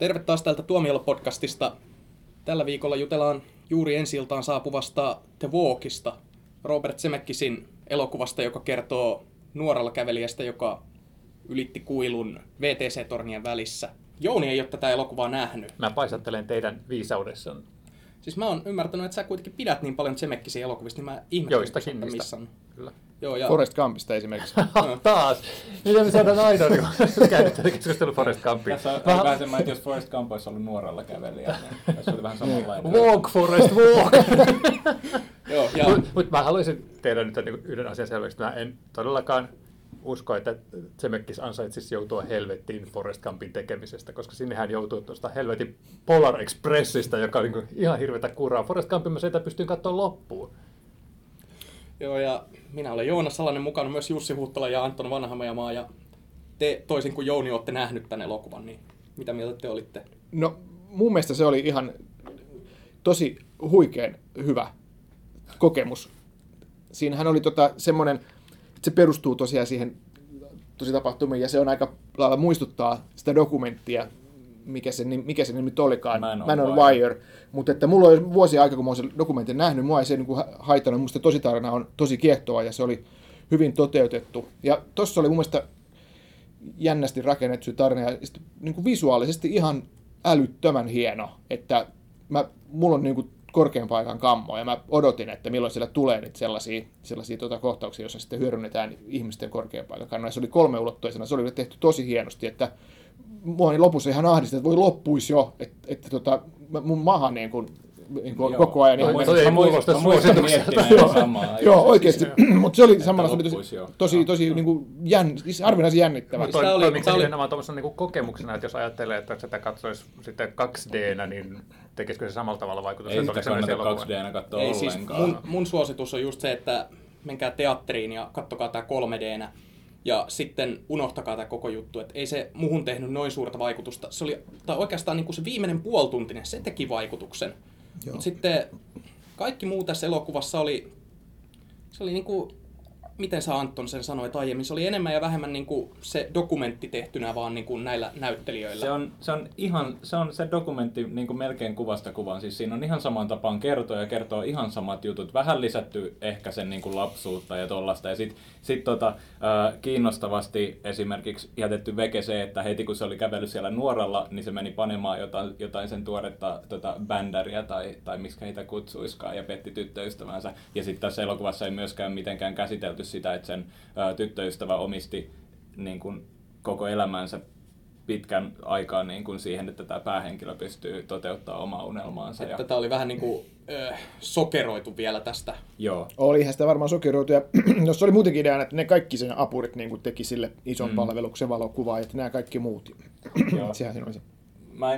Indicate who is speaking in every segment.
Speaker 1: Terve taas täältä Tuomiolla-podcastista. Tällä viikolla jutellaan juuri ensi-iltaan saapuvasta The Walkista, Robert Zemeckisen elokuvasta, joka kertoo nuoralla kävelijästä, joka ylitti kuilun WTC-tornien välissä. Jouni ei ole tätä elokuvaa nähnyt.
Speaker 2: Mä paisattelen teidän viisaudessanne.
Speaker 1: Siis mä oon ymmärtänyt, että sä kuitenkin pidät niin paljon Zemeckisen elokuvista, niin mä ihmettelen, että missä on.
Speaker 2: Kyllä.
Speaker 1: Joo, ja...
Speaker 3: Forrest Gumpista esimerkiksi.
Speaker 2: Taas! Miten me saadaan aina käydä tätä keskustelua Forrest Gumpiin?
Speaker 4: Tässä on vähän semmoinen, että jos Forrest Gump olisi ollut nuoralla kävelijä, niin se oli vähän samanlainen.
Speaker 2: Walk, Forrest, walk!
Speaker 1: Joo, ja...
Speaker 2: Mutta mä haluaisin tehdä nyt yhden asian selväksi. Mä en todellakaan usko, että Zemeckis ansaitsisi joutua helvettiin Forrest Gumpin tekemisestä, koska sinne hän joutuu tuosta helvetin Polar Expressista, joka on niin ihan hirveätä kuraa. Forrest Gumpin mä sitä pystyn katsoa loppuun.
Speaker 1: Joo, ja minä olen Joonas Salanen, mukana myös Jussi Huhtala ja Anton Vanhamajamaa, ja te, toisin kuin Jouni, olette nähnyt tämän elokuvan, niin mitä mieltä te olitte?
Speaker 3: No, mun mielestä se oli ihan tosi huikean hyvä kokemus. Siinähän oli semmoinen, että se perustuu tosiaan siihen tositapahtumiin, ja se on aika lailla muistuttaa sitä dokumenttia, mikä se nimi olikaan, Man on Wire. Mutta että mulla oli vuosia aikaa, kun mä oon sen dokumentin nähnyt, mua ei se niin haitannut. Musta tositarina on tosi kiehtova ja se oli hyvin toteutettu. Ja tossa oli mun mielestä jännästi rakennettu tarina ja niin kuin visuaalisesti ihan älyttömän hieno. Että mulla on niin kuin korkean paikan kammo ja mä odotin, että milloin siellä tulee niitä sellaisia kohtauksia, joissa sitten hyödynnetään ihmisten korkean paikan kannoja. Se oli 3-ulotteisena, se oli tehty tosi hienosti, että mua niin lopussa ihan ahdistin, että voi loppuisi jo, että mun maha niin kuin koko ajan.
Speaker 2: Se ei kuulosta suositukselta.
Speaker 3: Joo, oikeasti, mutta se oli samalla tosi niin kuin harvinaisen jännittävä.
Speaker 2: Toimiko se nimenomaan tuollaisena niin kokemuksena, että jos ajattelee, että sitä katsoisi sitten 2D:nä, niin tekisikö se samalla tavalla vaikutusta?
Speaker 4: Ei sitä kannata 2D:nä katsoa ollenkaan.
Speaker 1: Siis mun suositus on just se, että menkää teatteriin ja kattokaa tämä 3D:nä. Ja sitten unohtakaa tämä koko juttu, että ei se muhun tehnyt noin suurta vaikutusta. Se oli oikeastaan niin kuin se viimeinen puolituntinen, se teki vaikutuksen. Mutta sitten kaikki muu tässä elokuvassa oli niin kuin, miten sä Anton sen sanoit aiemmin, se oli enemmän ja vähemmän niin kuin se dokumentti tehtynä vaan niin kuin näillä näyttelijöillä.
Speaker 4: Se on se dokumentti niin kuin melkein kuvasta kuvaan. Siis siinä on ihan saman tapaan kertoo ihan samat jutut. Vähän lisätty ehkä sen niin kuin lapsuutta ja tollaista. Ja sit kiinnostavasti esimerkiksi jätetty veke se, että heti kun se oli kävellyt siellä nuoralla, niin se meni panemaan jotain sen tuoretta bändäriä tai miksi heitä kutsuiskaan ja petti tyttöystävänsä. Ja sitten tässä elokuvassa ei myöskään mitenkään käsitelty sitä, että sen tyttöystävä omisti niin kuin koko elämänsä pitkän aikaa niin kuin siihen, että tämä päähenkilö pystyy toteuttamaan omaa unelmaansa.
Speaker 1: Että tätä oli vähän niin kuin sokeroitu vielä tästä.
Speaker 4: Joo.
Speaker 3: Olihan sitä varmaan sokeroitu. Ja jos oli muutenkin ideana, että ne kaikki sen apurit niin kuin teki sille ison palveluksen valokuvaa, että nämä kaikki muut. Sehän siinä oli se.
Speaker 4: Mä en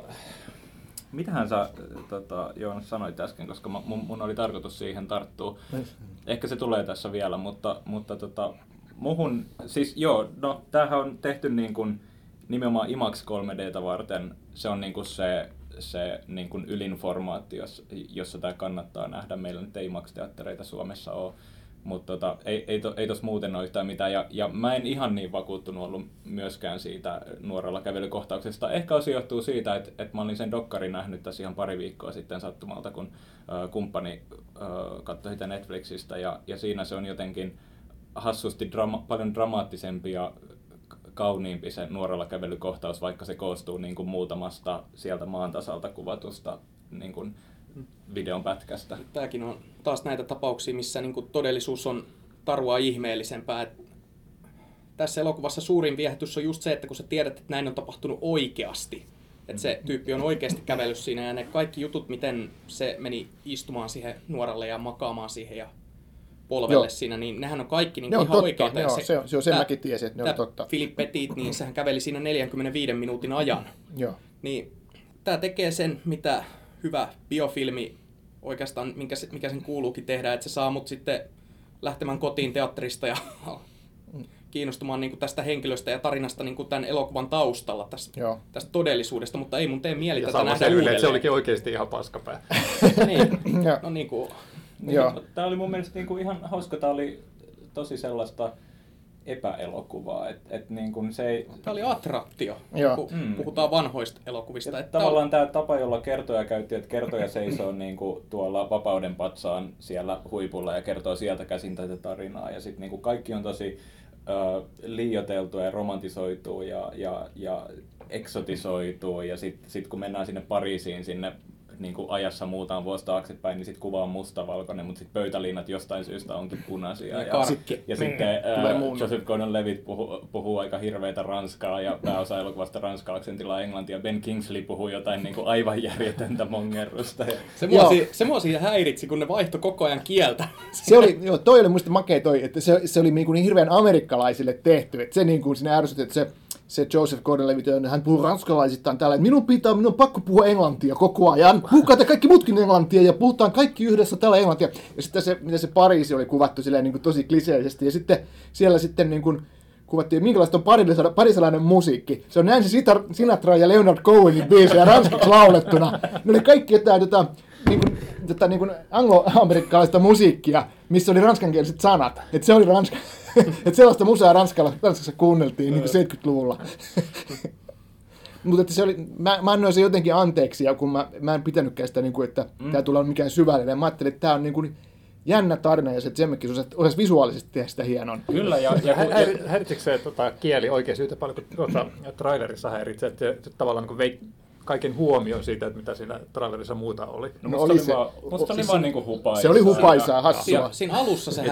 Speaker 4: mitähän sä Joonas sanoit äsken, koska mun oli tarkoitus siihen tarttua. Ehkä se tulee tässä vielä, mutta muhun, siis joo, no tämähän on tehty niin kuin nimenomaan IMAX 3D:tä varten. Se on niin kuin se niin kuin ylin formaatti, jossa tämä kannattaa nähdä. Meillä nyt ei IMAX-teattereita Suomessa ole, mutta ei tos muuten ole yhtään mitään. Ja mä en ihan niin vakuuttunut ollut myöskään siitä nuorella kävelykohtauksesta. Ehkä se johtuu siitä, että mä olin sen dokkarin nähnyt tässä ihan pari viikkoa sitten sattumalta, kun kumppani katsoi sitä Netflixistä. Ja siinä se on jotenkin hassusti paljon dramaattisempi ja kauniimpi se nuorella kävelykohtaus, vaikka se koostuu niin kuin muutamasta sieltä maan tasalta kuvatusta niin kuin videon pätkästä.
Speaker 1: Tämäkin on taas näitä tapauksia, missä niin kuin todellisuus on tarua ihmeellisempää. Tässä elokuvassa suurin viehätys on just se, että kun sä tiedät, että näin on tapahtunut oikeasti. Että se tyyppi on oikeasti kävellyt siinä ja ne kaikki jutut, miten se meni istumaan siihen nuoralle ja makaamaan siihen ja polvelle siinä, niin nehän on kaikki niin ihan
Speaker 3: totta.
Speaker 1: oikeita.
Speaker 3: Ja sen mäkin tiesin, että ne on totta.
Speaker 1: Philippe Petit, niin sehän käveli siinä 45 minuutin ajan.
Speaker 3: Joo.
Speaker 1: Niin tämä tekee sen, mitä hyvä biofilmi oikeastaan, mikä sen kuuluukin tehdä, että se saa mut sitten lähtemään kotiin teatterista ja kiinnostumaan niin kuin tästä henkilöstä ja tarinasta niin kuin tämän elokuvan taustalla, tästä todellisuudesta, mutta ei mun tee mieli tätä nähdä uudelleen.
Speaker 2: Se olikin oikeasti ihan paskapää.
Speaker 1: Niin, no niin kuin...
Speaker 4: Tämä oli mun mielestä niin kuin ihan hauska, tämä oli tosi sellaista epäelokuvaa. Et niin kuin se ei...
Speaker 1: Tämä oli attraktio,
Speaker 3: Joo.
Speaker 1: kun puhutaan vanhoista elokuvista. Että
Speaker 4: Tavallaan tämä tapa, jolla kertoja käytti, että kertoja seisoo niin kuin tuolla Vapauden patsaan siellä huipulla ja kertoo sieltä käsin tätä tarinaa. Ja sitten niin kaikki on tosi liioiteltua ja romantisoituu ja eksotisoituu. Ja sitten kun mennään sinne Pariisiin, sinne niin kuin ajassa muutaman vuosi taaksepäin, niin sitten kuva on mustavalkoinen, mutta sitten pöytäliinat jostain syystä onkin punaisia. Ja sitten Joseph Gordon-Levitt puhuu aika hirveätä ranskaa ja pääosa elokuvasta ranska-aksentilla englantia. Ben Kingsley puhuu jotain niin kuin aivan järjetöntä mongerrusta.
Speaker 1: Se mua siinä häiritsi, kun ne vaihtoi koko ajan kieltä.
Speaker 3: Toi oli musta makea että se oli niin hirveän amerikkalaisille tehty. Että se niin kuin siinä ärsytti, että se Joseph Gordon-Levitt, hän puhuu ranskalaisittain täällä, että minun on pakko puhua englantia koko ajan. Puhukaa te kaikki muutkin englantia ja puhutaan kaikki yhdessä täällä englantia. Ja sitten mitä se Pariisi oli kuvattu silleen niin kuin tosi kliseisesti. Ja sitten siellä sitten niin kuin kuvattiin, minkälaista on parisalainen musiikki. Se on Nancy Sinatra ja Leonard Cohenin biisejä ranskaksi laulettuna. Ne oli kaikki jotain niin kuin anglo-amerikkalaista musiikkia, missä oli ranskankieliset sanat. Että se oli että sellaista musaa Ranskassa kuunneltiin niin kuin 70-luvulla. Mutta se oli, mä annoin sen jotenkin anteeksi, ja kun mä en pitänytkään sitä, niin kuin, että tämä tulee mikään syvällinen. Mä ajattelin, että tämä on niin kuin jännä tarina, ja se Zemeckis osasi visuaalisesti tehdä sitä hienon.
Speaker 4: Kyllä, ja
Speaker 2: häiritsikö se kieli oikein yhtä paljon kuin trailerissa häiritsee, että tavallaan niin vei kaiken huomioon siitä, että mitä siinä trailerissa muuta oli.
Speaker 4: Musta oli vaan niinku hupaisaa.
Speaker 3: Se oli hupaisaa, hassua.
Speaker 1: Siinä alussa se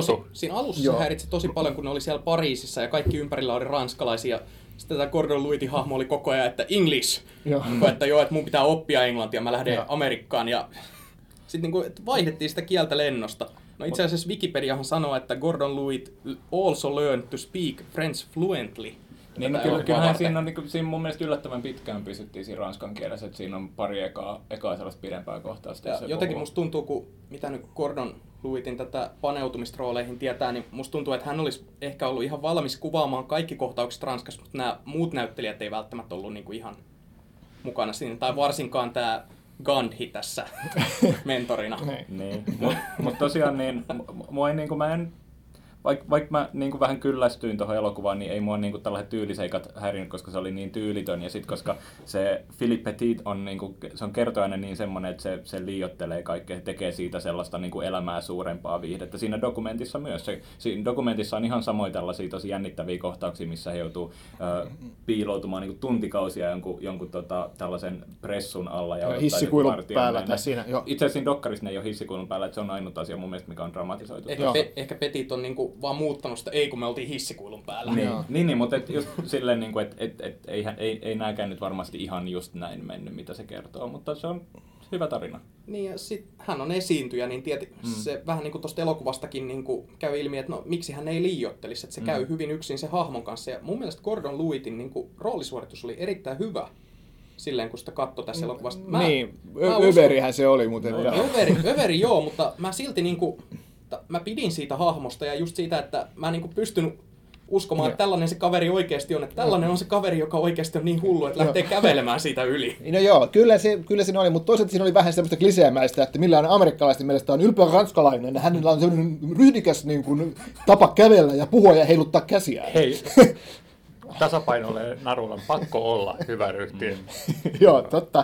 Speaker 1: häiritsi tosi paljon, kun ne oli siellä Pariisissa ja kaikki ympärillä oli ranskalaisia. Sitten tämä Gordon Lewittin hahmo oli koko ajan, että English. Että mun pitää oppia englantia, mä lähden Amerikkaan. Ja sitten niinku, vaihdettiin sitä kieltä lennosta. No itse asiassa Wikipediahan sanoo, että Gordon Lewitt also learned to speak French fluently.
Speaker 4: Niin, kyllähän siinä mun mielestä yllättävän pitkään pysyttiin siinä ranskan kielessä, että siinä on pari ekaa sellaista pidempää kohtaa.
Speaker 1: Jotenkin musta tuntuu, kun mitä nyt Gordon Lewittin tätä paneutumista rooleihin tietää, niin musta tuntuu, että hän olisi ehkä ollut ihan valmis kuvaamaan kaikki kohtaukset ranskassa, mutta nämä muut näyttelijät ei välttämättä ollut niinku ihan mukana siinä, tai varsinkaan tämä Gandhi tässä mentorina.
Speaker 4: Niin. Mutta tosiaan niin, mä en vaikka mä niin vähän kyllästyin tuohon elokuvaan, niin ei mua niin tällaiset tyyliseikat häirinyt, koska se oli niin tyylitön. Ja sitten koska se Philippe Petit on, niin kuin, se on kertojana niin semmoinen, että se liioittelee kaikkea, se tekee siitä sellaista niin kuin elämää suurempaa viihdettä. Siinä dokumentissa myös. Siinä dokumentissa on ihan samoin tällaisia tosi jännittäviä kohtauksia, missä he joutuu piiloutumaan niin kuin tuntikausia jonkun tällaisen pressun alla. Ja
Speaker 3: hissikuilun päällä.
Speaker 4: Siinä, itse asiassa siinä dokkarissa ne ei ole hissikuilun päällä, että se on ainut asia mun mielestä, mikä on dramatisoitu.
Speaker 1: Ehkä Petit on niinku vaan muuttanut sitä, kun me oltiin hissikuilun päällä.
Speaker 4: Niin, mutta just silleen, niinku, ei nääkään nyt varmasti ihan just näin mennyt, mitä se kertoo, mutta se on hyvä tarina.
Speaker 1: Niin, ja sitten hän on esiintyjä, niin se vähän niin kuin tuosta elokuvastakin niin kuin käy ilmi, että no, miksi hän ei liioittelisi, että se käy hyvin yksin sen hahmon kanssa. Ja mun mielestä Gordon Lewittin niin kuin roolisuoritus oli erittäin hyvä silleen, kun sitä katsoi tässä elokuvasta.
Speaker 3: Överihän se oli, mutta...
Speaker 1: Överi joo, mutta mä silti niinku... Mä pidin siitä hahmosta ja just siitä, että mä en pystyn uskomaan, että tällainen se kaveri oikeasti on. Että tällainen on se kaveri, joka oikeasti on niin hullu, että lähtee kävelemään siitä yli.
Speaker 3: No joo, kyllä siinä oli, mutta toisaalta siinä oli vähän semmoista kliseemäistä, että millään amerikkalaisten mielestä on ylpeä ranskalainen. Hänellä on semmoinen ryhdikäs niin kuin, tapa kävellä ja puhua ja heiluttaa käsiään.
Speaker 2: Hei, tasapainolle narulla on pakko olla hyvä ryhti.
Speaker 3: Joo, totta.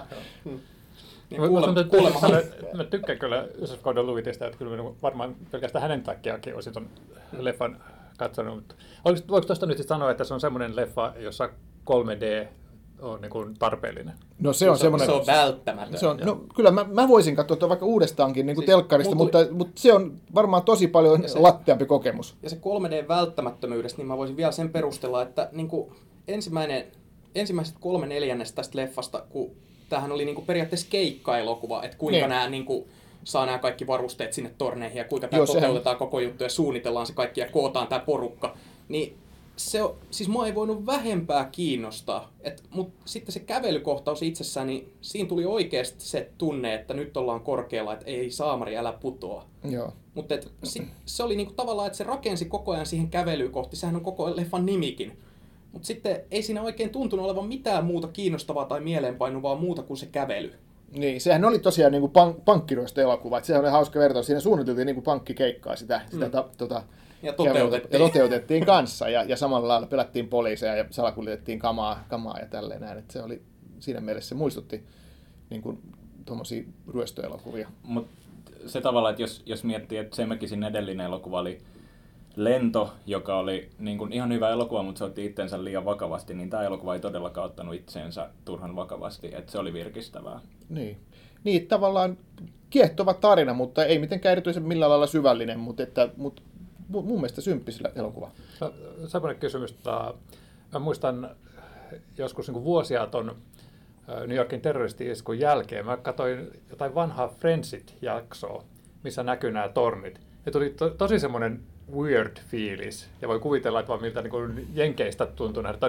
Speaker 2: Mä tykkään kyllä Joseph Gordon-Levittistä, että kyllä varmaan pelkästään hänen takiakin olisin ton leffan katsonut. Mutta voiko tuosta nyt sanoa, että se on semmoinen leffa, jossa 3D on niin kuin tarpeellinen?
Speaker 3: No se on semmoinen...
Speaker 1: Se on välttämätön.
Speaker 3: No kyllä mä voisin katsoa vaikka uudestaankin niin kuin telkkarista, mutta se on varmaan tosi paljon latteampi kokemus.
Speaker 1: Ja se 3D-välttämättömyydestä, niin mä voisin vielä sen perustella, että niin kuin ensimmäiset 3/4 tästä leffasta, kun tämähän oli niinku periaatteessa keikka-elokuva, että kuinka nämä niinku saa nämä kaikki varusteet sinne torneihin ja kuinka tämä toteutetaan koko juttu ja suunnitellaan se kaikki ja kootaan tämä porukka. Niin siis mua ei voinut vähempää kiinnostaa, mutta sitten se kävelykohtaus itsessään, niin siinä tuli oikeasti se tunne, että nyt ollaan korkealla, että ei saamari, älä putoa. Mutta se oli niinku tavallaan, että se rakensi koko ajan siihen kävelyyn kohti, sehän on koko leffan nimikin. Mutta sitten ei siinä oikein tuntunut olevan mitään muuta kiinnostavaa tai mieleenpainuvaa muuta kuin se kävely.
Speaker 3: Niin, sehän oli tosiaan niin kuin pankkiroista elokuva. Sehän oli hauska vertaus. Siinä suunniteltiin niin kuin pankkikeikkaa sitä
Speaker 1: ja toteutettiin.
Speaker 3: Ja toteutettiin kanssa. Ja samalla lailla pelattiin poliiseja ja salakuljetettiin kamaa ja tälleen näin. Että se oli siinä mielessä, se muistutti niin kuin tuommoisia ryöstöelokuvia.
Speaker 4: Mutta se tavalla, että jos miettii, että Zemeckis edellinen elokuva oli Lento, joka oli niin kuin ihan hyvä elokuva, mutta se otti itsensä liian vakavasti, niin tämä elokuva ei todellakaan ottanut itseensä turhan vakavasti, että se oli virkistävää.
Speaker 3: Niin, tavallaan kiehtova tarina, mutta ei mitenkään erityisen millään lailla syvällinen, mutta mun mielestä symppis elokuva.
Speaker 2: Semmoinen kysymys, että mä muistan joskus niin vuosia ton New Yorkin terroristi-iskun jälkeen, mä katsoin jotain vanhaa Friendsit-jaksoa, missä näkyy nämä tornit. Ja tuli tosi semmoinen weird fiilis, ja voi kuvitella, että vaan miltä niin jenkeistä tuntuu nähdä.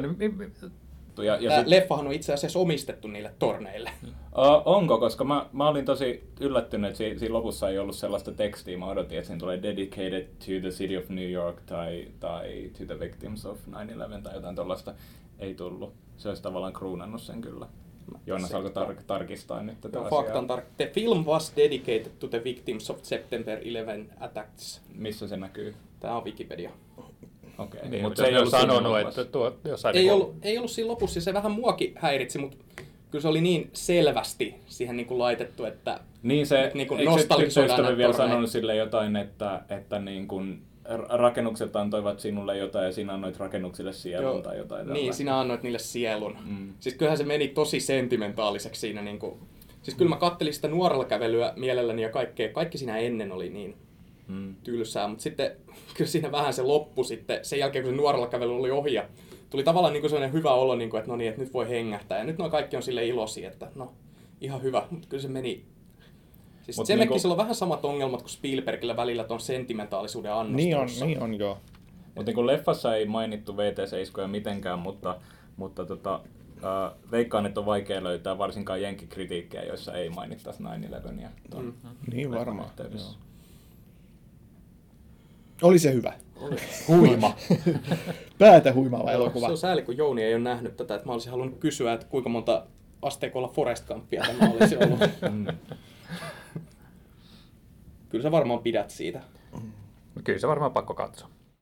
Speaker 1: Ja leffahan on itse asiassa omistettu niille torneille.
Speaker 4: Onko? Koska mä olin tosi yllättynyt, että siinä lopussa ei ollut sellaista tekstiä. Mä odotin, että siinä tulee dedicated to the city of New York tai to the victims of 9/11 tai jotain tollaista. Ei tullut. Se olisi tavallaan kruunannut sen kyllä. Joonas alkoi tarkistaa nyt tätä asiaa.
Speaker 1: The film was dedicated to the victims of September 11 attacks.
Speaker 4: Missä se näkyy?
Speaker 1: Tämä on Wikipedia.
Speaker 4: Okei.
Speaker 2: Niin, mutta se ei ole sanonut, että jossain...
Speaker 1: Ei ollut siinä lopussa, se vähän muakin häiritsi, mutta kyllä se oli niin selvästi siihen niin kuin laitettu, että
Speaker 4: niin se,
Speaker 1: niin kuin
Speaker 4: eikö se
Speaker 1: nostalgisoidaan
Speaker 4: vielä sanonut sille jotain, että niin kuin rakennukset antoivat sinulle jotain ja sinä annoit rakennuksille sielun tai jotain tällaista.
Speaker 1: Niin, sinä annoit niille sielun. Siis kyllähän se meni tosi sentimentaaliseksi siinä. Niin kuin, siis kyllä mä kattelin sitä nuorella kävelyä mielelläni ja kaikki siinä ennen oli niin tylsää, mutta sitten kyllä siinä vähän se loppu sitten, sen jälkeen kun se nuorella kävely oli ohi ja tuli tavallaan niin kuin sellainen hyvä olo, niin kuin, että no niin, että nyt voi hengähtää ja nyt nuo kaikki on sille iloisia, että no ihan hyvä, mutta kyllä se meni. Siis Zemeckisillä on vähän samat ongelmat kuin Spielbergillä välillä tuon sentimentaalisuuden annostelussa.
Speaker 3: Niin on, joo.
Speaker 4: Mutta niin leffassa ei mainittu VT-seiskoja mitenkään, mutta veikkaan, että on vaikea löytää varsinkaan jenkkikritiikkejä, joissa ei mainittaisi 9/11.
Speaker 3: Niin varmaan. Oli se hyvä. Huima. Päätä huimaava elokuva.
Speaker 1: Se on sääli, kun Jouni ei ole nähnyt tätä, että mä olisin halunnut kysyä, että kuinka monta asteikolla Forrest Gumpia tämä olisi ollut. Kyllä sä varmaan pidät siitä.
Speaker 2: Kyllä se varmaan pakko katsoa.